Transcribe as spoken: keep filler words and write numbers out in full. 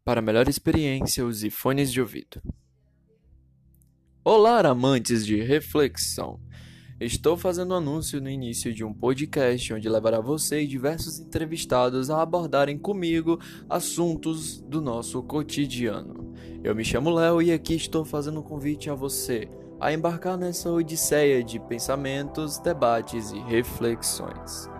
Para melhor experiência, use fones de ouvido. Olá, amantes de reflexão! Estou fazendo um anúncio no início de um podcast onde levará você e diversos entrevistados a abordarem comigo assuntos do nosso cotidiano. Eu me chamo Léo e aqui estou fazendo um convite a você a embarcar nessa odisseia de pensamentos, debates e reflexões.